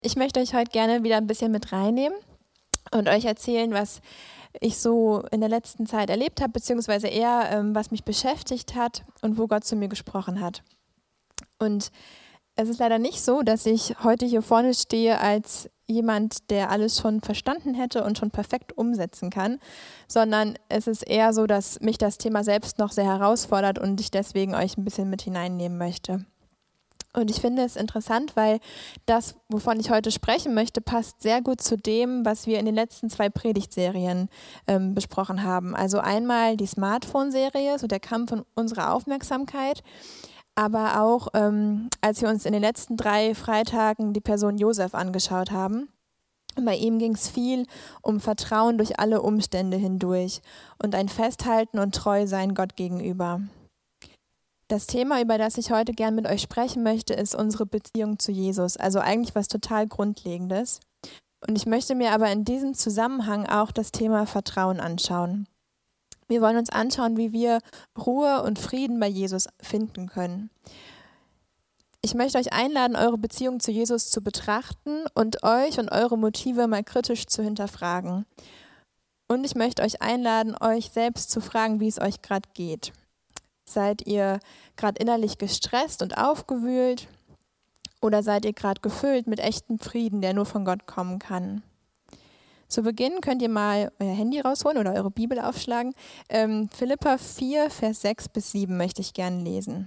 Ich möchte euch heute gerne wieder ein bisschen mit reinnehmen und euch erzählen, was ich so in der letzten Zeit erlebt habe, beziehungsweise eher, was mich beschäftigt hat und wo Gott zu mir gesprochen hat. Und es ist leider nicht so, dass ich heute hier vorne stehe als jemand, der alles schon verstanden hätte und schon perfekt umsetzen kann, sondern es ist eher so, dass mich das Thema selbst noch sehr herausfordert und ich deswegen euch ein bisschen mit hineinnehmen möchte. Und ich finde es interessant, weil das, wovon ich heute sprechen möchte, passt sehr gut zu dem, was wir in den letzten 2 Predigtserien besprochen haben. Also einmal die Smartphone-Serie, so der Kampf um unsere Aufmerksamkeit, aber auch, als wir uns in den letzten 3 Freitagen die Person Josef angeschaut haben. Und bei ihm ging es viel um Vertrauen durch alle Umstände hindurch und ein Festhalten und Treusein Gott gegenüber. Das Thema, über das ich heute gern mit euch sprechen möchte, ist unsere Beziehung zu Jesus. Also eigentlich was total Grundlegendes. Und ich möchte mir aber in diesem Zusammenhang auch das Thema Vertrauen anschauen. Wir wollen uns anschauen, wie wir Ruhe und Frieden bei Jesus finden können. Ich möchte euch einladen, eure Beziehung zu Jesus zu betrachten und euch und eure Motive mal kritisch zu hinterfragen. Und ich möchte euch einladen, euch selbst zu fragen, wie es euch gerade geht. Seid ihr gerade innerlich gestresst und aufgewühlt oder seid ihr gerade gefüllt mit echtem Frieden, der nur von Gott kommen kann? Zu Beginn könnt ihr mal euer Handy rausholen oder eure Bibel aufschlagen. Philipper 4, Vers 6 bis 7 möchte ich gerne lesen.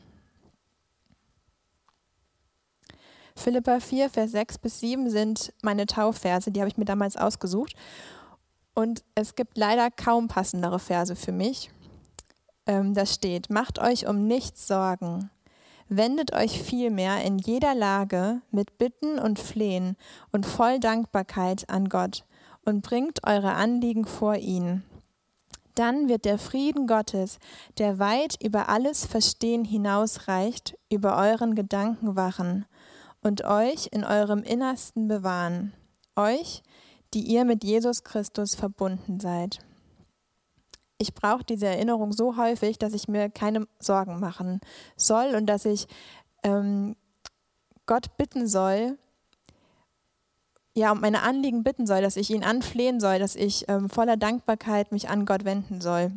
Philipper 4, Vers 6 bis 7 sind meine Taufverse, die habe ich mir damals ausgesucht. Und es gibt leider kaum passendere Verse für mich. Da steht: Macht euch um nichts Sorgen, wendet euch vielmehr in jeder Lage mit Bitten und Flehen und voll Dankbarkeit an Gott und bringt eure Anliegen vor ihn. Dann wird der Frieden Gottes, der weit über alles Verstehen hinausreicht, über euren Gedanken wachen und euch in eurem Innersten bewahren, euch, die ihr mit Jesus Christus verbunden seid. Ich brauche diese Erinnerung so häufig, dass ich mir keine Sorgen machen soll und dass ich Gott bitten soll, ja, um meine Anliegen bitten soll, dass ich ihn anflehen soll, dass ich voller Dankbarkeit mich an Gott wenden soll.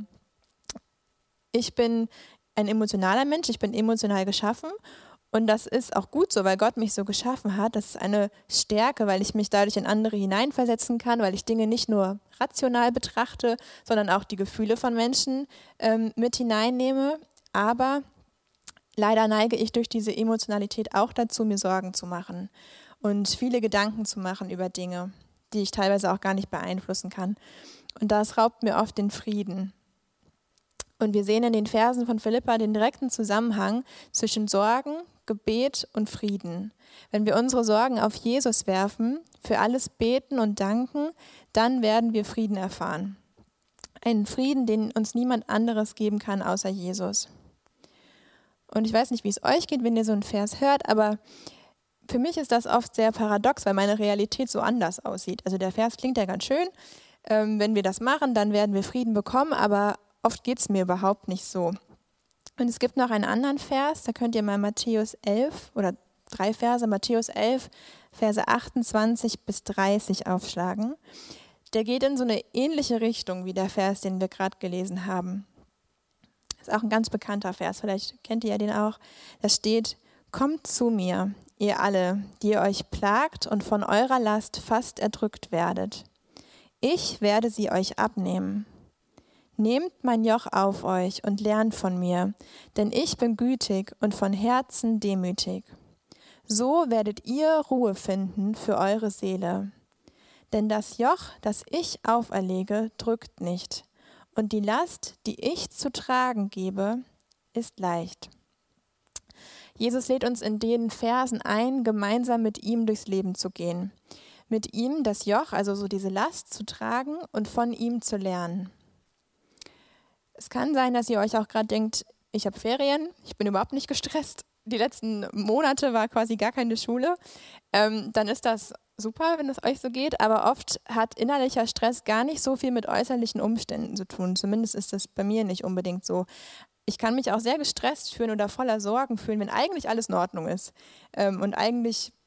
Ich bin ein emotionaler Mensch, ich bin emotional geschaffen und das ist auch gut so, weil Gott mich so geschaffen hat. Das ist eine Stärke, weil ich mich dadurch in andere hineinversetzen kann, weil ich Dinge nicht nur rational betrachte, sondern auch die Gefühle von Menschen mit hineinnehme. Aber leider neige ich durch diese Emotionalität auch dazu, mir Sorgen zu machen und viele Gedanken zu machen über Dinge, die ich teilweise auch gar nicht beeinflussen kann. Und das raubt mir oft den Frieden. Und wir sehen in den Versen von Philippa den direkten Zusammenhang zwischen Sorgen, Gebet und Frieden. Wenn wir unsere Sorgen auf Jesus werfen, für alles beten und danken, dann werden wir Frieden erfahren. Einen Frieden, den uns niemand anderes geben kann, außer Jesus. Und ich weiß nicht, wie es euch geht, wenn ihr so einen Vers hört, aber für mich ist das oft sehr paradox, weil meine Realität so anders aussieht. Also der Vers klingt ja ganz schön. Wenn wir das machen, dann werden wir Frieden bekommen, aber oft geht es mir überhaupt nicht so. Und es gibt noch einen anderen Vers, da könnt ihr mal Matthäus 11 oder 3 Verse, Matthäus 11, Verse 28 bis 30 aufschlagen. Der geht in so eine ähnliche Richtung wie der Vers, den wir gerade gelesen haben. Das ist auch ein ganz bekannter Vers, vielleicht kennt ihr ja den auch. Da steht: Kommt zu mir, ihr alle, die ihr euch plagt und von eurer Last fast erdrückt werdet. Ich werde sie euch abnehmen. Nehmt mein Joch auf euch und lernt von mir, denn ich bin gütig und von Herzen demütig. So werdet ihr Ruhe finden für eure Seele. Denn das Joch, das ich auferlege, drückt nicht, und die Last, die ich zu tragen gebe, ist leicht. Jesus lädt uns in den Versen ein, gemeinsam mit ihm durchs Leben zu gehen. Mit ihm das Joch, also so diese Last zu tragen und von ihm zu lernen. Es kann sein, dass ihr euch auch gerade denkt, ich habe Ferien, ich bin überhaupt nicht gestresst. Die letzten Monate war quasi gar keine Schule. Dann ist das super, wenn es euch so geht, aber oft hat innerlicher Stress gar nicht so viel mit äußerlichen Umständen zu tun. Zumindest ist das bei mir nicht unbedingt so. Ich kann mich auch sehr gestresst fühlen oder voller Sorgen fühlen, wenn eigentlich alles in Ordnung ist und eigentlich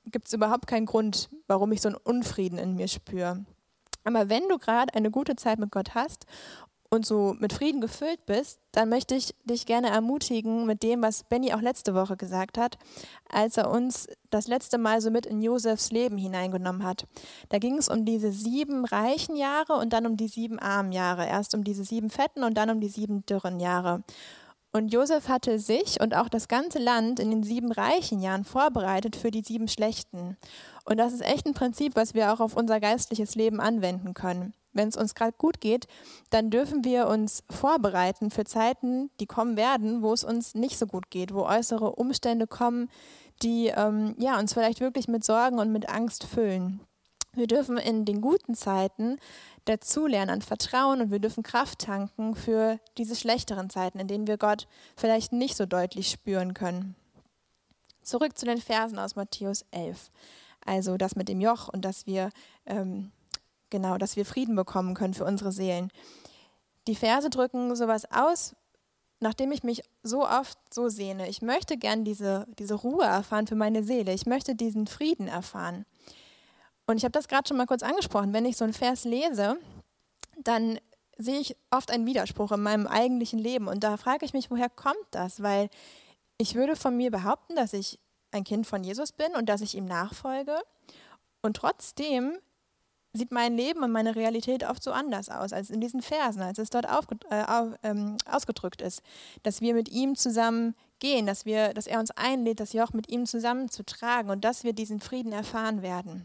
gibt es überhaupt keinen Grund, warum ich so einen Unfrieden in mir spüre. Aber wenn du gerade eine gute Zeit mit Gott hast und so mit Frieden gefüllt bist, dann möchte ich dich gerne ermutigen mit dem, was Benny auch letzte Woche gesagt hat, als er uns das letzte Mal so mit in Josefs Leben hineingenommen hat. Da ging es um diese 7 reichen Jahre und dann um die 7 armen Jahre. Erst um diese 7 fetten und dann um die 7 dürren Jahre. Und Josef hatte sich und auch das ganze Land in den 7 reichen Jahren vorbereitet für die 7 schlechten. Und das ist echt ein Prinzip, was wir auch auf unser geistliches Leben anwenden können. Wenn es uns gerade gut geht, dann dürfen wir uns vorbereiten für Zeiten, die kommen werden, wo es uns nicht so gut geht, wo äußere Umstände kommen, die uns vielleicht wirklich mit Sorgen und mit Angst füllen. Wir dürfen in den guten Zeiten dazulernen an Vertrauen und wir dürfen Kraft tanken für diese schlechteren Zeiten, in denen wir Gott vielleicht nicht so deutlich spüren können. Zurück zu den Versen aus Matthäus 11. Also das mit dem Joch und dass wir Frieden bekommen können für unsere Seelen. Die Verse drücken sowas aus, nachdem ich mich so oft so sehne. Ich möchte gern diese Ruhe erfahren für meine Seele. Ich möchte diesen Frieden erfahren. Und ich habe das gerade schon mal kurz angesprochen. Wenn ich so einen Vers lese, dann sehe ich oft einen Widerspruch in meinem eigentlichen Leben. Und da frage ich mich, woher kommt das? Weil ich würde von mir behaupten, dass ich ein Kind von Jesus bin und dass ich ihm nachfolge. Und trotzdem sieht mein Leben und meine Realität oft so anders aus als in diesen Versen, als es dort ausgedrückt ist. Dass wir mit ihm zusammen gehen, dass er uns einlädt, das Joch mit ihm zusammen zu tragen und dass wir diesen Frieden erfahren werden.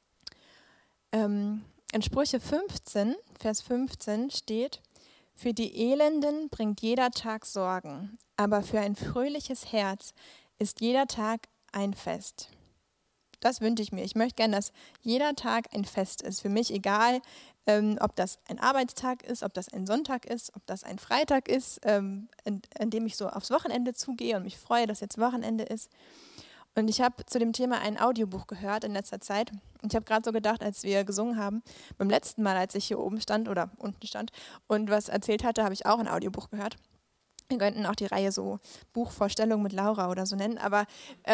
In Sprüche 15, Vers 15 steht: Für die Elenden bringt jeder Tag Sorgen, aber für ein fröhliches Herz ist jeder Tag ein Fest. Das wünsche ich mir. Ich möchte gerne, dass jeder Tag ein Fest ist. Für mich egal, ob das ein Arbeitstag ist, ob das ein Sonntag ist, ob das ein Freitag ist, an dem ich so aufs Wochenende zugehe und mich freue, dass jetzt Wochenende ist. Und ich habe zu dem Thema ein Audiobuch gehört in letzter Zeit. Und ich habe gerade so gedacht, als wir gesungen haben, beim letzten Mal, als ich hier oben stand oder unten stand und was erzählt hatte, habe ich auch ein Audiobuch gehört. Wir könnten auch die Reihe so Buchvorstellung mit Laura oder so nennen. Aber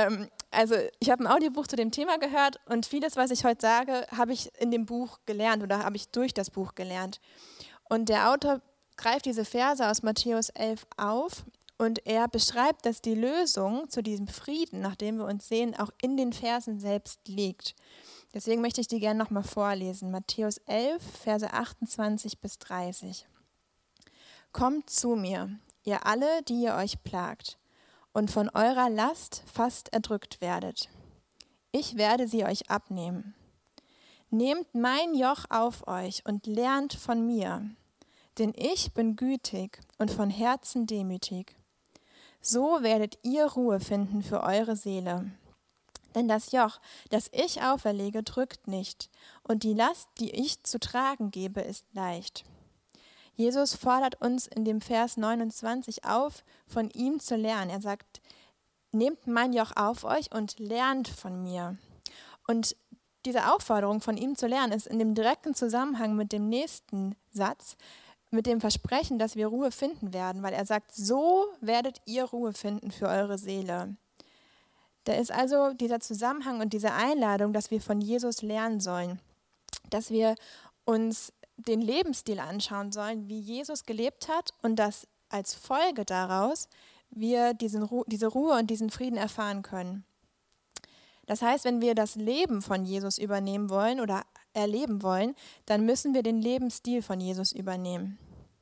ich habe ein Audiobuch zu dem Thema gehört und vieles, was ich heute sage, habe ich in dem Buch gelernt oder habe ich durch das Buch gelernt. Und der Autor greift diese Verse aus Matthäus 11 auf. Und er beschreibt, dass die Lösung zu diesem Frieden, nach dem wir uns sehen, auch in den Versen selbst liegt. Deswegen möchte ich die gerne nochmal vorlesen. Matthäus 11, Verse 28 bis 30. Kommt zu mir, ihr alle, die ihr euch plagt und von eurer Last fast erdrückt werdet. Ich werde sie euch abnehmen. Nehmt mein Joch auf euch und lernt von mir, denn ich bin gütig und von Herzen demütig. So werdet ihr Ruhe finden für eure Seele. Denn das Joch, das ich auferlege, drückt nicht, und die Last, die ich zu tragen gebe, ist leicht. Jesus fordert uns in dem Vers 29 auf, von ihm zu lernen. Er sagt, nehmt mein Joch auf euch und lernt von mir. Und diese Aufforderung, von ihm zu lernen, ist in dem direkten Zusammenhang mit dem nächsten Satz, mit dem Versprechen, dass wir Ruhe finden werden, weil er sagt, so werdet ihr Ruhe finden für eure Seele. Da ist also dieser Zusammenhang und diese Einladung, dass wir von Jesus lernen sollen, dass wir uns den Lebensstil anschauen sollen, wie Jesus gelebt hat und dass als Folge daraus wir diese Ruhe und diesen Frieden erfahren können. Das heißt, wenn wir das Leben von Jesus übernehmen wollen oder erleben wollen, dann müssen wir den Lebensstil von Jesus übernehmen.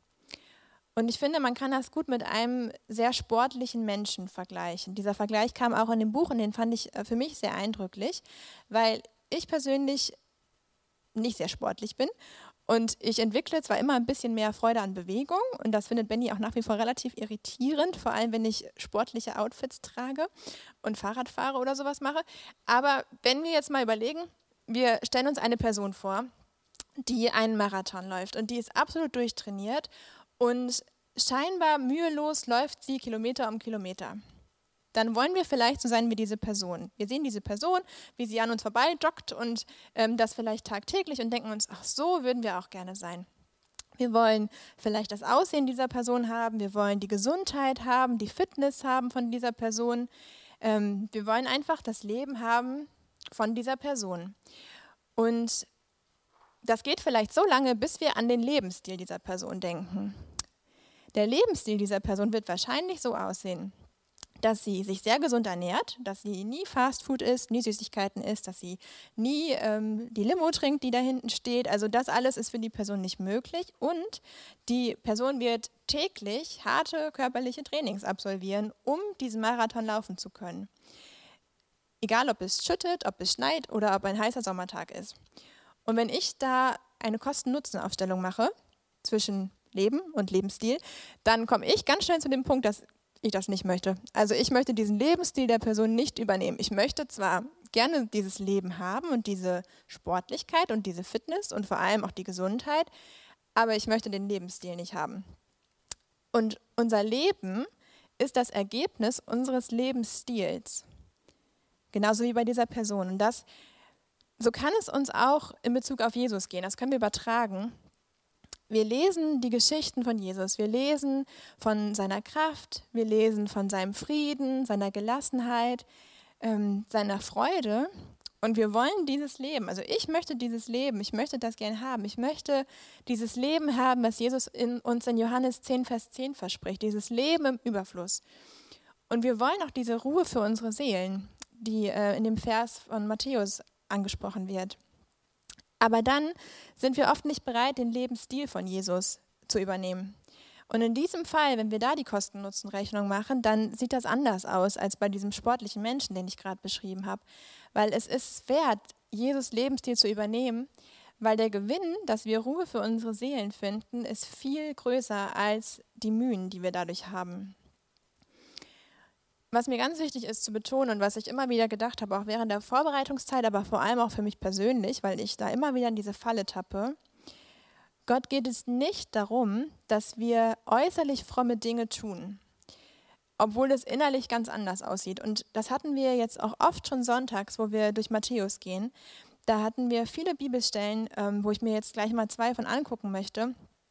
Und ich finde, man kann das gut mit einem sehr sportlichen Menschen vergleichen. Dieser Vergleich kam auch in dem Buch und den fand ich für mich sehr eindrücklich, weil ich persönlich nicht sehr sportlich bin und ich entwickle zwar immer ein bisschen mehr Freude an Bewegung und das findet Benny auch nach wie vor relativ irritierend, vor allem wenn ich sportliche Outfits trage und Fahrrad fahre oder sowas mache. Aber wenn wir jetzt mal überlegen, wir stellen uns eine Person vor, die einen Marathon läuft und die ist absolut durchtrainiert und scheinbar mühelos läuft sie Kilometer um Kilometer. Dann wollen wir vielleicht so sein wie diese Person. Wir sehen diese Person, wie sie an uns vorbei joggt und das vielleicht tagtäglich und denken uns, ach so würden wir auch gerne sein. Wir wollen vielleicht das Aussehen dieser Person haben, wir wollen die Gesundheit haben, die Fitness haben von dieser Person. Wir wollen einfach das Leben haben, von dieser Person. Und das geht vielleicht so lange, bis wir an den Lebensstil dieser Person denken. Der Lebensstil dieser Person wird wahrscheinlich so aussehen, dass sie sich sehr gesund ernährt, dass sie nie Fastfood isst, nie Süßigkeiten isst, dass sie nie die Limo trinkt, die da hinten steht. Also das alles ist für die Person nicht möglich. Und die Person wird täglich harte körperliche Trainings absolvieren, um diesen Marathon laufen zu können. Egal, ob es schüttet, ob es schneit oder ob ein heißer Sommertag ist. Und wenn ich da eine Kosten-Nutzen-Aufstellung mache zwischen Leben und Lebensstil, dann komme ich ganz schnell zu dem Punkt, dass ich das nicht möchte. Also ich möchte diesen Lebensstil der Person nicht übernehmen. Ich möchte zwar gerne dieses Leben haben und diese Sportlichkeit und diese Fitness und vor allem auch die Gesundheit, aber ich möchte den Lebensstil nicht haben. Und unser Leben ist das Ergebnis unseres Lebensstils. Genauso wie bei dieser Person. Und so kann es uns auch in Bezug auf Jesus gehen. Das können wir übertragen. Wir lesen die Geschichten von Jesus. Wir lesen von seiner Kraft. Wir lesen von seinem Frieden, seiner Gelassenheit, seiner Freude. Und wir wollen dieses Leben. Also ich möchte dieses Leben. Ich möchte das gern haben. Ich möchte dieses Leben haben, was Jesus uns in Johannes 10, Vers 10 verspricht. Dieses Leben im Überfluss. Und wir wollen auch diese Ruhe für unsere Seelen, die in dem Vers von Matthäus angesprochen wird. Aber dann sind wir oft nicht bereit, den Lebensstil von Jesus zu übernehmen. Und in diesem Fall, wenn wir da die Kosten-Nutzen-Rechnung machen, dann sieht das anders aus als bei diesem sportlichen Menschen, den ich gerade beschrieben habe. Weil es ist wert, Jesus' Lebensstil zu übernehmen, weil der Gewinn, dass wir Ruhe für unsere Seelen finden, ist viel größer als die Mühen, die wir dadurch haben. Was mir ganz wichtig ist zu betonen und was ich immer wieder gedacht habe, auch während der Vorbereitungszeit, aber vor allem auch für mich persönlich, weil ich da immer wieder in diese Falle tappe, Gott geht es nicht darum, dass wir äußerlich fromme Dinge tun, obwohl es innerlich ganz anders aussieht. Und das hatten wir jetzt auch oft schon sonntags, wo wir durch Matthäus gehen. Da hatten wir viele Bibelstellen, wo ich mir jetzt gleich mal 2 von angucken möchte,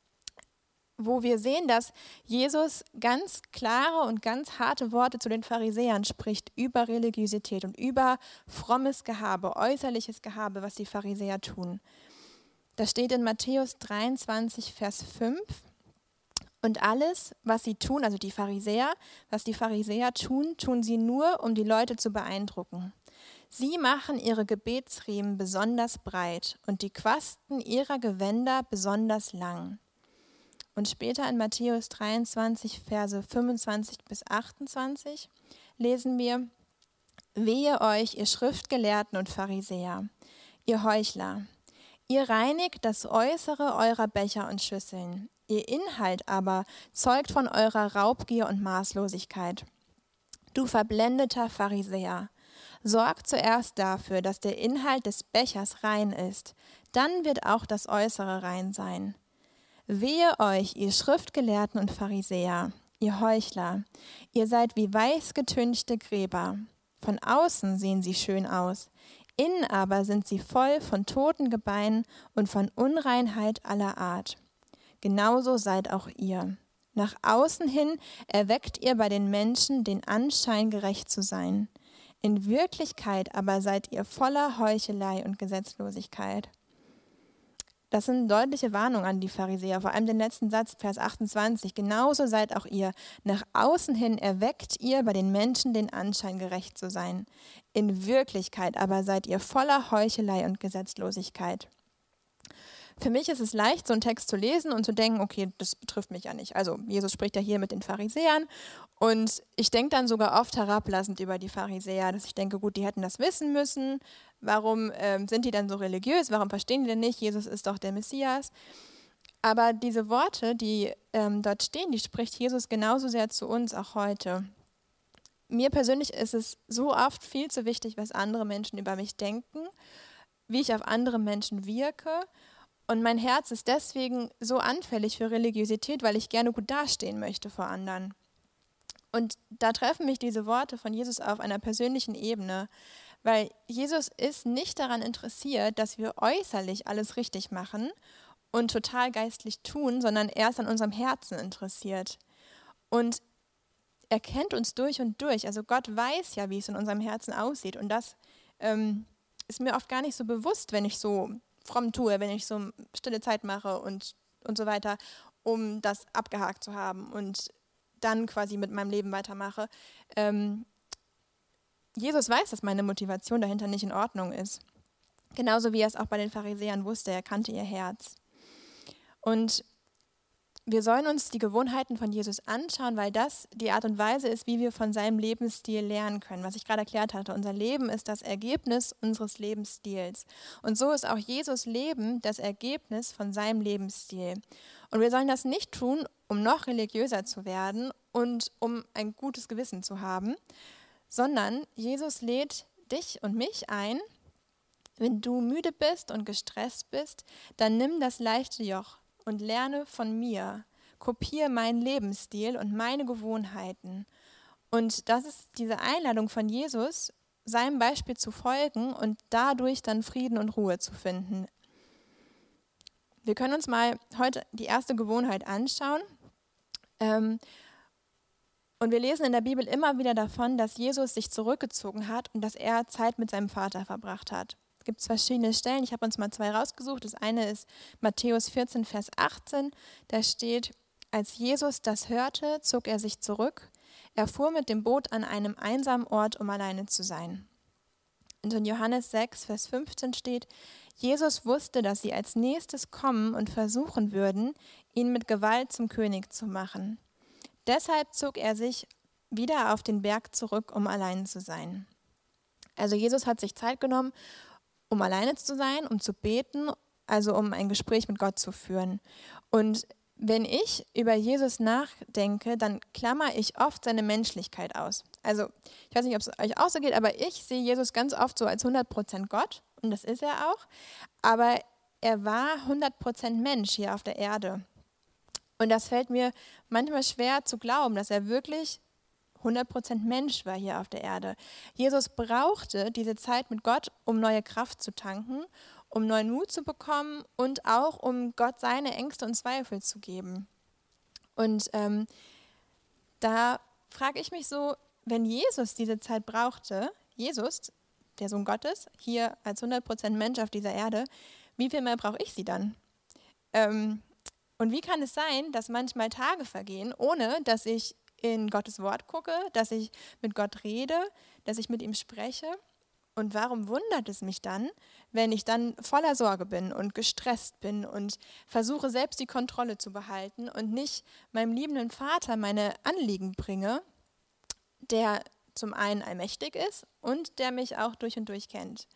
wo wir sehen, dass Jesus ganz klare und ganz harte Worte zu den Pharisäern spricht über Religiosität und über frommes Gehabe, äußerliches Gehabe, was die Pharisäer tun. Das steht in Matthäus 23, Vers 5. Und alles, was sie tun, also was die Pharisäer tun, tun sie nur, um die Leute zu beeindrucken. Sie machen ihre Gebetsriemen besonders breit und die Quasten ihrer Gewänder besonders lang. Und später in Matthäus 23, Verse 25 bis 28 lesen wir: Wehe euch, ihr Schriftgelehrten und Pharisäer, ihr Heuchler! Ihr reinigt das Äußere eurer Becher und Schüsseln. Ihr Inhalt aber zeugt von eurer Raubgier und Maßlosigkeit. Du verblendeter Pharisäer, sorgt zuerst dafür, dass der Inhalt des Bechers rein ist. Dann wird auch das Äußere rein sein. Wehe euch, ihr Schriftgelehrten und Pharisäer, ihr Heuchler, ihr seid wie weiß getünchte Gräber. Von außen sehen sie schön aus, innen aber sind sie voll von toten Gebeinen und von Unreinheit aller Art. Genauso seid auch ihr. Nach außen hin erweckt ihr bei den Menschen den Anschein, gerecht zu sein. In Wirklichkeit aber seid ihr voller Heuchelei und Gesetzlosigkeit. Das sind deutliche Warnungen an die Pharisäer, vor allem den letzten Satz, Vers 28. Genauso seid auch ihr. Nach außen hin erweckt ihr bei den Menschen den Anschein, gerecht zu sein. In Wirklichkeit aber seid ihr voller Heuchelei und Gesetzlosigkeit. Für mich ist es leicht, so einen Text zu lesen und zu denken, okay, das betrifft mich ja nicht. Also Jesus spricht ja hier mit den Pharisäern und ich denke dann sogar oft herablassend über die Pharisäer, dass ich denke, gut, die hätten das wissen müssen. Warum sind die dann so religiös? Warum verstehen die denn nicht? Jesus ist doch der Messias. Aber diese Worte, die dort stehen, die spricht Jesus genauso sehr zu uns auch heute. Mir persönlich ist es so oft viel zu wichtig, was andere Menschen über mich denken, wie ich auf andere Menschen wirke. Und mein Herz ist deswegen so anfällig für Religiosität, weil ich gerne gut dastehen möchte vor anderen. Und da treffen mich diese Worte von Jesus auf einer persönlichen Ebene, weil Jesus ist nicht daran interessiert, dass wir äußerlich alles richtig machen und total geistlich tun, sondern er ist an unserem Herzen interessiert. Und er kennt uns durch und durch. Also Gott weiß ja, wie es in unserem Herzen aussieht. Und das ist mir oft gar nicht so bewusst, wenn ich so fromm tue, wenn ich so stille Zeit mache und so weiter, um das abgehakt zu haben und dann quasi mit meinem Leben weitermache. Jesus weiß, dass meine Motivation dahinter nicht in Ordnung ist. Genauso wie er es auch bei den Pharisäern wusste, er kannte ihr Herz. Und wir sollen uns die Gewohnheiten von Jesus anschauen, weil das die Art und Weise ist, wie wir von seinem Lebensstil lernen können. Was ich gerade erklärt hatte, unser Leben ist das Ergebnis unseres Lebensstils. Und so ist auch Jesus Leben das Ergebnis von seinem Lebensstil. Und wir sollen das nicht tun, um noch religiöser zu werden und um ein gutes Gewissen zu haben, sondern Jesus lädt dich und mich ein, wenn du müde bist und gestresst bist, dann nimm das leichte Joch und lerne von mir. Kopiere meinen Lebensstil und meine Gewohnheiten. Und das ist diese Einladung von Jesus, seinem Beispiel zu folgen und dadurch dann Frieden und Ruhe zu finden. Wir können uns mal heute die erste Gewohnheit anschauen. Und wir lesen in der Bibel immer wieder davon, dass Jesus sich zurückgezogen hat und dass er Zeit mit seinem Vater verbracht hat. Es gibt verschiedene Stellen, ich habe uns mal 2 rausgesucht. Das eine ist Matthäus 14, Vers 18. Da steht, als Jesus das hörte, zog er sich zurück. Er fuhr mit dem Boot an einem einsamen Ort, um alleine zu sein. Und in Johannes 6, Vers 15 steht, Jesus wusste, dass sie als nächstes kommen und versuchen würden, ihn mit Gewalt zum König zu machen. Deshalb zog er sich wieder auf den Berg zurück, um allein zu sein. Also Jesus hat sich Zeit genommen, um alleine zu sein, um zu beten, also um ein Gespräch mit Gott zu führen. Und wenn ich über Jesus nachdenke, dann klammer ich oft seine Menschlichkeit aus. Also ich weiß nicht, ob es euch auch so geht, aber ich sehe Jesus ganz oft so als 100% Gott, und das ist er auch, aber er war 100% Mensch hier auf der Erde. Und das fällt mir manchmal schwer zu glauben, dass er wirklich 100% Mensch war hier auf der Erde. Jesus brauchte diese Zeit mit Gott, um neue Kraft zu tanken, um neuen Mut zu bekommen und auch, um Gott seine Ängste und Zweifel zu geben. Und da frage ich mich so, wenn Jesus diese Zeit brauchte, Jesus, der Sohn Gottes, hier als 100% Mensch auf dieser Erde, wie viel mehr brauche ich sie dann? Und wie kann es sein, dass manchmal Tage vergehen, ohne dass ich in Gottes Wort gucke, dass ich mit Gott rede, dass ich mit ihm spreche? Und warum wundert es mich dann, wenn ich dann voller Sorge bin und gestresst bin und versuche, selbst die Kontrolle zu behalten und nicht meinem liebenden Vater meine Anliegen bringe, der zum einen allmächtig ist und der mich auch durch und durch kennt?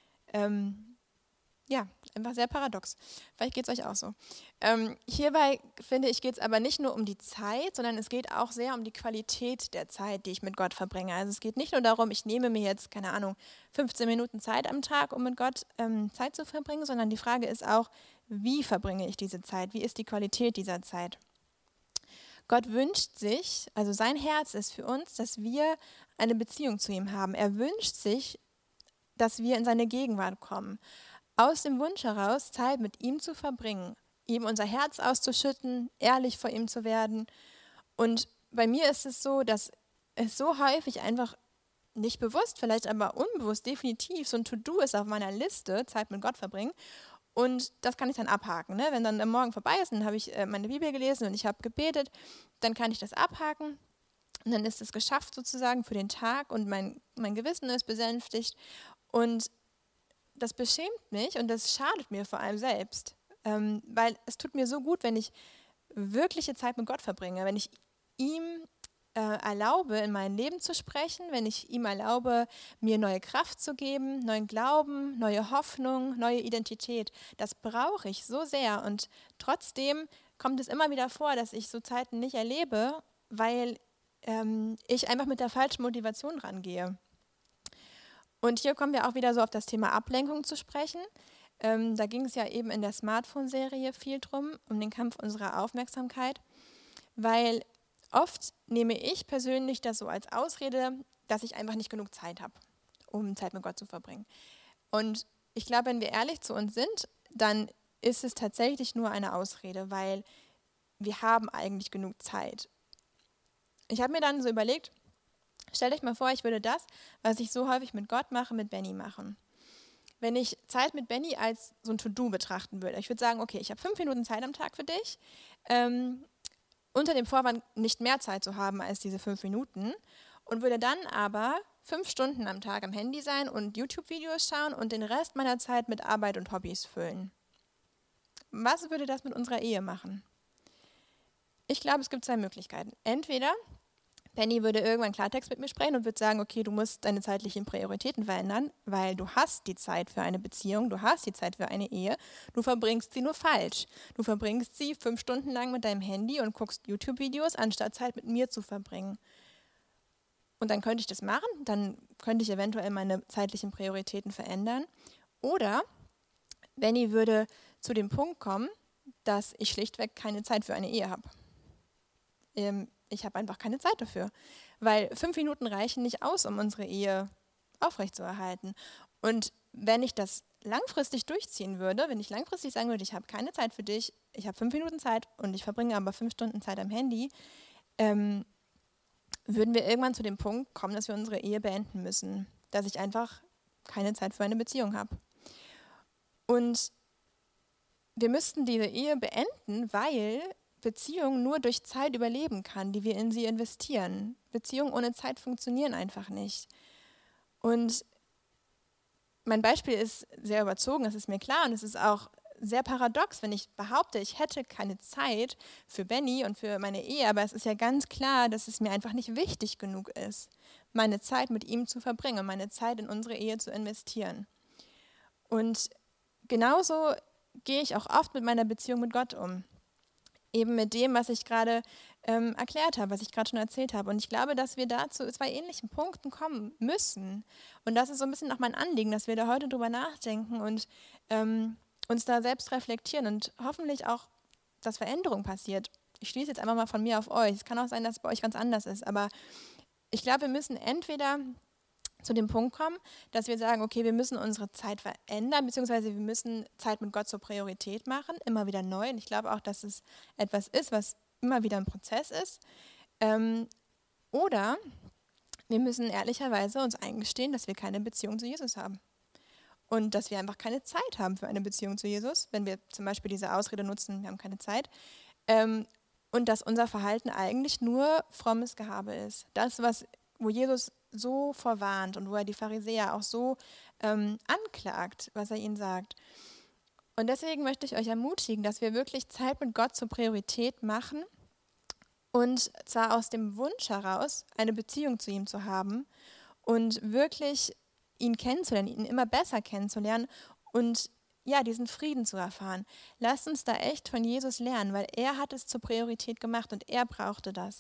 Ja, einfach sehr paradox. Vielleicht geht es euch auch so. Hierbei, finde ich, geht es aber nicht nur um die Zeit, sondern es geht auch sehr um die Qualität der Zeit, die ich mit Gott verbringe. Also es geht nicht nur darum, ich nehme mir jetzt, keine Ahnung, 15 Minuten Zeit am Tag, um mit Gott Zeit zu verbringen, sondern die Frage ist auch, wie verbringe ich diese Zeit? Wie ist die Qualität dieser Zeit? Gott wünscht sich, also sein Herz ist für uns, dass wir eine Beziehung zu ihm haben. Er wünscht sich, dass wir in seine Gegenwart kommen. Aus dem Wunsch heraus, Zeit mit ihm zu verbringen, ihm unser Herz auszuschütten, ehrlich vor ihm zu werden. Und bei mir ist es so, dass es so häufig einfach nicht bewusst, vielleicht aber unbewusst definitiv so ein To-Do ist auf meiner Liste, Zeit mit Gott verbringen. Und das kann ich dann abhaken. Ne? Wenn dann der Morgen vorbei ist, dann habe ich meine Bibel gelesen und ich habe gebetet, dann kann ich das abhaken. Und dann ist es geschafft sozusagen für den Tag und mein Gewissen ist besänftigt. Und das beschämt mich und das schadet mir vor allem selbst, weil es tut mir so gut, wenn ich wirkliche Zeit mit Gott verbringe, wenn ich ihm erlaube, in mein Leben zu sprechen, wenn ich ihm erlaube, mir neue Kraft zu geben, neuen Glauben, neue Hoffnung, neue Identität. Das brauche ich so sehr und trotzdem kommt es immer wieder vor, dass ich so Zeiten nicht erlebe, weil ich einfach mit der falschen Motivation rangehe. Und hier kommen wir auch wieder so auf das Thema Ablenkung zu sprechen. Da ging es ja eben in der Smartphone-Serie viel drum, um den Kampf unserer Aufmerksamkeit, weil oft nehme ich persönlich das so als Ausrede, dass ich einfach nicht genug Zeit habe, um Zeit mit Gott zu verbringen. Und ich glaube, wenn wir ehrlich zu uns sind, dann ist es tatsächlich nur eine Ausrede, weil wir haben eigentlich genug Zeit. Ich habe mir dann so überlegt, stellt euch mal vor, ich würde das, was ich so häufig mit Gott mache, mit Benny machen. wenn ich Zeit mit Benny als so ein To-Do betrachten würde. Ich würde sagen, okay, ich habe 5 Minuten Zeit am Tag für dich, unter dem Vorwand, nicht mehr Zeit zu haben als diese 5 Minuten und würde dann aber 5 Stunden am Tag am Handy sein und YouTube-Videos schauen und den Rest meiner Zeit mit Arbeit und Hobbys füllen. Was würde das mit unserer Ehe machen? Ich glaube, es gibt 2 Möglichkeiten. Entweder Penny würde irgendwann Klartext mit mir sprechen und würde sagen, okay, du musst deine zeitlichen Prioritäten verändern, weil du hast die Zeit für eine Beziehung, du hast die Zeit für eine Ehe, du verbringst sie nur falsch. Du verbringst sie 5 Stunden lang mit deinem Handy und guckst YouTube-Videos, anstatt Zeit mit mir zu verbringen. Und dann könnte ich das machen, dann könnte ich eventuell meine zeitlichen Prioritäten verändern. Oder Benny würde zu dem Punkt kommen, dass ich schlichtweg keine Zeit für eine Ehe habe. Ich habe einfach keine Zeit dafür, weil 5 Minuten reichen nicht aus, um unsere Ehe aufrechtzuerhalten. Und wenn ich das langfristig durchziehen würde, wenn ich langfristig sagen würde, ich habe keine Zeit für dich, ich habe 5 Minuten Zeit und ich verbringe aber 5 Stunden Zeit am Handy, würden wir irgendwann zu dem Punkt kommen, dass wir unsere Ehe beenden müssen, dass ich einfach keine Zeit für eine Beziehung habe. Und wir müssten diese Ehe beenden, weil Beziehung nur durch Zeit überleben kann, die wir in sie investieren. Beziehungen ohne Zeit funktionieren einfach nicht. Und mein Beispiel ist sehr überzogen, das ist mir klar, und es ist auch sehr paradox, wenn ich behaupte, ich hätte keine Zeit für Benny und für meine Ehe, aber es ist ja ganz klar, dass es mir einfach nicht wichtig genug ist, meine Zeit mit ihm zu verbringen, meine Zeit in unsere Ehe zu investieren. Und genauso gehe ich auch oft mit meiner Beziehung mit Gott um. Eben mit dem, was ich gerade erklärt habe, was ich gerade schon erzählt habe. Und ich glaube, dass wir da zu 2 ähnlichen Punkten kommen müssen. Und das ist so ein bisschen auch mein Anliegen, dass wir da heute drüber nachdenken und uns da selbst reflektieren und hoffentlich auch, dass Veränderung passiert. Ich schließe jetzt einfach mal von mir auf euch. Es kann auch sein, dass es bei euch ganz anders ist. Aber ich glaube, wir müssen entweder zu dem Punkt kommen, dass wir sagen, okay, wir müssen unsere Zeit verändern, beziehungsweise wir müssen Zeit mit Gott zur Priorität machen, immer wieder neu. Und ich glaube auch, dass es etwas ist, was immer wieder ein Prozess ist. Oder wir müssen ehrlicherweise uns eingestehen, dass wir keine Beziehung zu Jesus haben. Und dass wir einfach keine Zeit haben für eine Beziehung zu Jesus, wenn wir zum Beispiel diese Ausrede nutzen, wir haben keine Zeit. Und dass unser Verhalten eigentlich nur frommes Gehabe ist. Das, wo Jesus so vorwarnt und wo er die Pharisäer auch so anklagt, was er ihnen sagt. Und deswegen möchte ich euch ermutigen, dass wir wirklich Zeit mit Gott zur Priorität machen und zwar aus dem Wunsch heraus, eine Beziehung zu ihm zu haben und wirklich ihn kennenzulernen, ihn immer besser kennenzulernen und ja, diesen Frieden zu erfahren. Lasst uns da echt von Jesus lernen, weil er hat es zur Priorität gemacht und er brauchte das.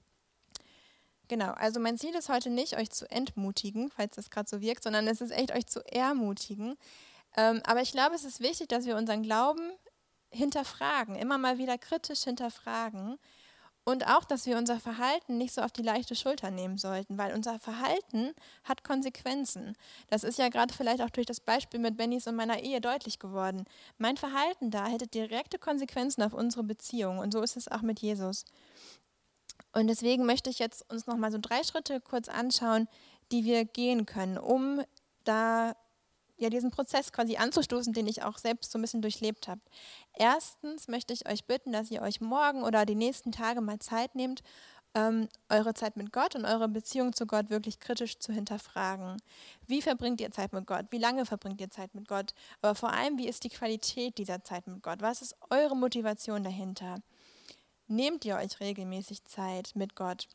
Genau, also mein Ziel ist heute nicht, euch zu entmutigen, falls das gerade so wirkt, sondern es ist echt, euch zu ermutigen. Aber ich glaube, es ist wichtig, dass wir unseren Glauben hinterfragen, immer mal wieder kritisch hinterfragen und auch, dass wir unser Verhalten nicht so auf die leichte Schulter nehmen sollten, weil unser Verhalten hat Konsequenzen. Das ist ja gerade vielleicht auch durch das Beispiel mit Bennys und meiner Ehe deutlich geworden. Mein Verhalten da hätte direkte Konsequenzen auf unsere Beziehung und so ist es auch mit Jesus. Und deswegen möchte ich jetzt uns nochmal so 3 Schritte kurz anschauen, die wir gehen können, um da ja diesen Prozess quasi anzustoßen, den ich auch selbst so ein bisschen durchlebt habe. Erstens möchte ich euch bitten, dass ihr euch morgen oder die nächsten Tage mal Zeit nehmt, eure Zeit mit Gott und eure Beziehung zu Gott wirklich kritisch zu hinterfragen. Wie verbringt ihr Zeit mit Gott? Wie lange verbringt ihr Zeit mit Gott? Aber vor allem, wie ist die Qualität dieser Zeit mit Gott? Was ist eure Motivation dahinter? Nehmt ihr euch regelmäßig Zeit mit Gott?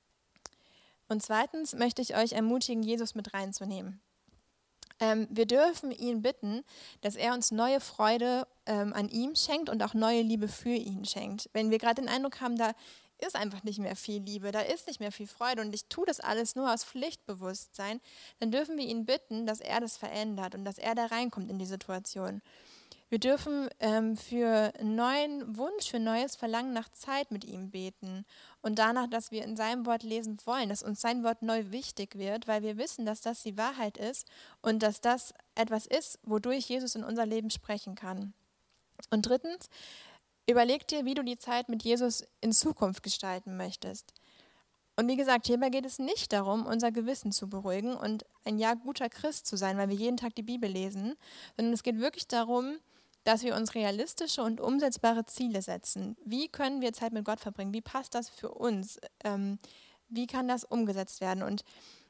Und zweitens möchte ich euch ermutigen, Jesus mit reinzunehmen. Wir dürfen ihn bitten, dass er uns neue Freude an ihm schenkt und auch neue Liebe für ihn schenkt. Wenn wir gerade den Eindruck haben, da ist einfach nicht mehr viel Liebe, da ist nicht mehr viel Freude und ich tue das alles nur aus Pflichtbewusstsein, dann dürfen wir ihn bitten, dass er das verändert und dass er da reinkommt in die Situation. Wir dürfen für einen neuen Wunsch, für ein neues Verlangen nach Zeit mit ihm beten und danach, dass wir in seinem Wort lesen wollen, dass uns sein Wort neu wichtig wird, weil wir wissen, dass das die Wahrheit ist und dass das etwas ist, wodurch Jesus in unser Leben sprechen kann. Und drittens, überleg dir, wie du die Zeit mit Jesus in Zukunft gestalten möchtest. Und wie gesagt, hierbei geht es nicht darum, unser Gewissen zu beruhigen und ein guter Christ zu sein, weil wir jeden Tag die Bibel lesen, sondern es geht wirklich darum, dass wir uns realistische und umsetzbare Ziele setzen. Wie können wir Zeit mit Gott verbringen? Wie passt das für uns? Wie kann das umgesetzt werden? Und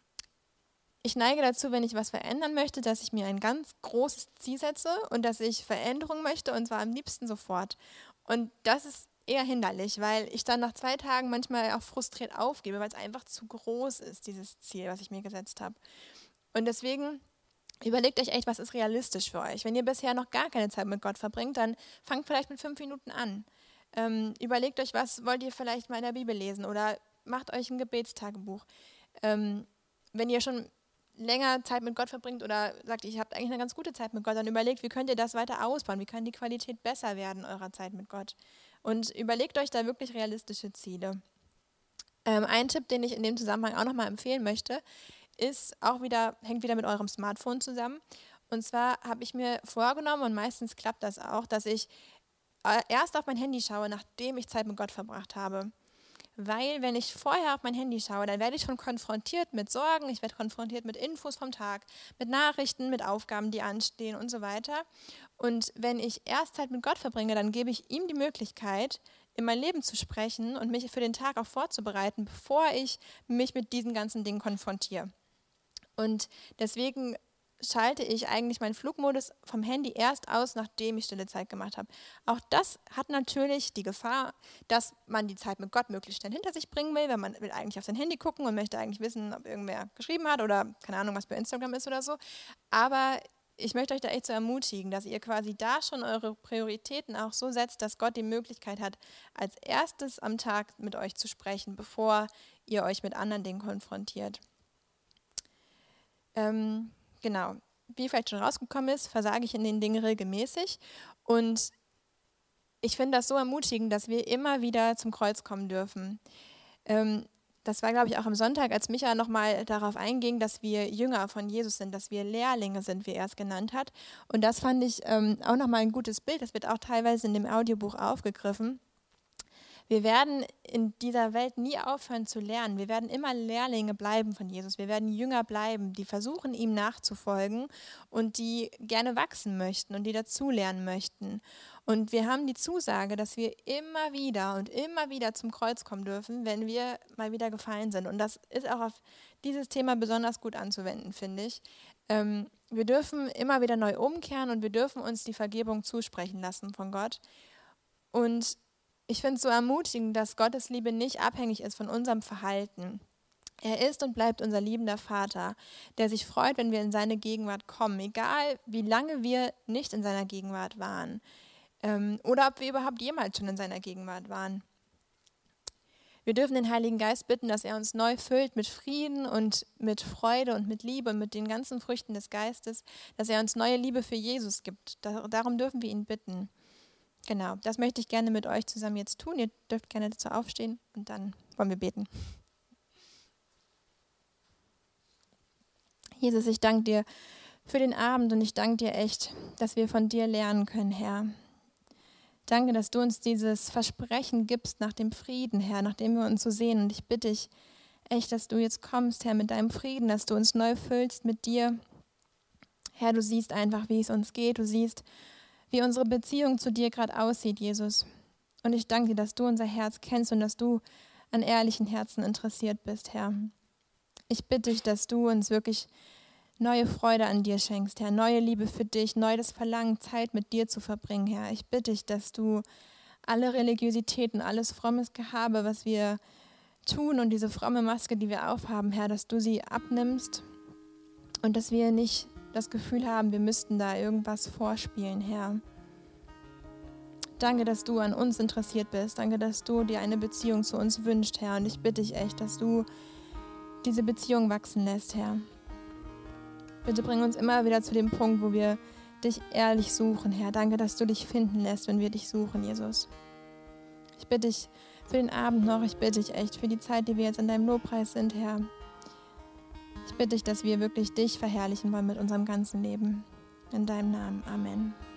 ich neige dazu, wenn ich was verändern möchte, dass ich mir ein ganz großes Ziel setze und dass ich Veränderung möchte, und zwar am liebsten sofort. Und das ist eher hinderlich, weil ich dann nach 2 Tagen manchmal auch frustriert aufgebe, weil es einfach zu groß ist, dieses Ziel, was ich mir gesetzt habe. Und deswegen überlegt euch echt, was ist realistisch für euch. Wenn ihr bisher noch gar keine Zeit mit Gott verbringt, dann fangt vielleicht mit 5 Minuten an. Überlegt euch, was wollt ihr vielleicht mal in der Bibel lesen, oder macht euch ein Gebetstagebuch. Wenn ihr schon länger Zeit mit Gott verbringt oder sagt, ich habe eigentlich eine ganz gute Zeit mit Gott, dann überlegt, wie könnt ihr das weiter ausbauen, wie kann die Qualität besser werden eurer Zeit mit Gott. Und überlegt euch da wirklich realistische Ziele. Ein Tipp, den ich in dem Zusammenhang auch nochmal empfehlen möchte, hängt wieder mit eurem Smartphone zusammen. Und zwar habe ich mir vorgenommen, und meistens klappt das auch, dass ich erst auf mein Handy schaue, nachdem ich Zeit mit Gott verbracht habe. Weil wenn ich vorher auf mein Handy schaue, dann werde ich schon konfrontiert mit Sorgen, ich werde konfrontiert mit Infos vom Tag, mit Nachrichten, mit Aufgaben, die anstehen und so weiter. Und wenn ich erst Zeit mit Gott verbringe, dann gebe ich ihm die Möglichkeit, in mein Leben zu sprechen und mich für den Tag auch vorzubereiten, bevor ich mich mit diesen ganzen Dingen konfrontiere. Und deswegen schalte ich eigentlich meinen Flugmodus vom Handy erst aus, nachdem ich stille Zeit gemacht habe. Auch das hat natürlich die Gefahr, dass man die Zeit mit Gott möglichst schnell hinter sich bringen will, weil man will eigentlich auf sein Handy gucken und möchte eigentlich wissen, ob irgendwer geschrieben hat oder keine Ahnung, was bei Instagram ist oder so. Aber ich möchte euch da echt so ermutigen, dass ihr quasi da schon eure Prioritäten auch so setzt, dass Gott die Möglichkeit hat, als erstes am Tag mit euch zu sprechen, bevor ihr euch mit anderen Dingen konfrontiert. Genau, wie vielleicht schon rausgekommen ist, versage ich in den Dingen regelmäßig, und ich finde das so ermutigend, dass wir immer wieder zum Kreuz kommen dürfen. Das war, glaube ich, auch am Sonntag, als Micha nochmal darauf einging, dass wir Jünger von Jesus sind, dass wir Lehrlinge sind, wie er es genannt hat. Und das fand ich auch nochmal ein gutes Bild, das wird auch teilweise in dem Audiobuch aufgegriffen. Wir werden in dieser Welt nie aufhören zu lernen. Wir werden immer Lehrlinge bleiben von Jesus. Wir werden Jünger bleiben, die versuchen, ihm nachzufolgen und die gerne wachsen möchten und die dazulernen möchten. Und wir haben die Zusage, dass wir immer wieder zum Kreuz kommen dürfen, wenn wir mal wieder gefallen sind. Und das ist auch auf dieses Thema besonders gut anzuwenden, finde ich. Wir dürfen immer wieder neu umkehren und wir dürfen uns die Vergebung zusprechen lassen von Gott. Und ich finde es so ermutigend, dass Gottes Liebe nicht abhängig ist von unserem Verhalten. Er ist und bleibt unser liebender Vater, der sich freut, wenn wir in seine Gegenwart kommen, egal wie lange wir nicht in seiner Gegenwart waren oder ob wir überhaupt jemals schon in seiner Gegenwart waren. Wir dürfen den Heiligen Geist bitten, dass er uns neu füllt mit Frieden und mit Freude und mit Liebe und mit den ganzen Früchten des Geistes, dass er uns neue Liebe für Jesus gibt. Darum dürfen wir ihn bitten. Genau, das möchte ich gerne mit euch zusammen jetzt tun. Ihr dürft gerne dazu aufstehen und dann wollen wir beten. Jesus, ich danke dir für den Abend und ich danke dir echt, dass wir von dir lernen können, Herr. Danke, dass du uns dieses Versprechen gibst nach dem Frieden, Herr, nachdem wir uns so sehen. Und ich bitte dich echt, dass du jetzt kommst, Herr, mit deinem Frieden, dass du uns neu füllst mit dir. Herr, du siehst einfach, wie es uns geht. Du siehst, wie unsere Beziehung zu dir gerade aussieht, Jesus. Und ich danke dir, dass du unser Herz kennst und dass du an ehrlichen Herzen interessiert bist, Herr. Ich bitte dich, dass du uns wirklich neue Freude an dir schenkst, Herr, neue Liebe für dich, neues Verlangen, Zeit mit dir zu verbringen, Herr. Ich bitte dich, dass du alle Religiosität und alles frommes Gehabe, was wir tun und diese fromme Maske, die wir aufhaben, Herr, dass du sie abnimmst und dass wir nicht das Gefühl haben, wir müssten da irgendwas vorspielen, Herr. Danke, dass du an uns interessiert bist. Danke, dass du dir eine Beziehung zu uns wünschst, Herr. Und ich bitte dich echt, dass du diese Beziehung wachsen lässt, Herr. Bitte bring uns immer wieder zu dem Punkt, wo wir dich ehrlich suchen, Herr. Danke, dass du dich finden lässt, wenn wir dich suchen, Jesus. Ich bitte dich für den Abend noch. Ich bitte dich echt für die Zeit, die wir jetzt in deinem Lobpreis sind, Herr. Ich bitte dich, dass wir wirklich dich verherrlichen wollen mit unserem ganzen Leben. In deinem Namen. Amen.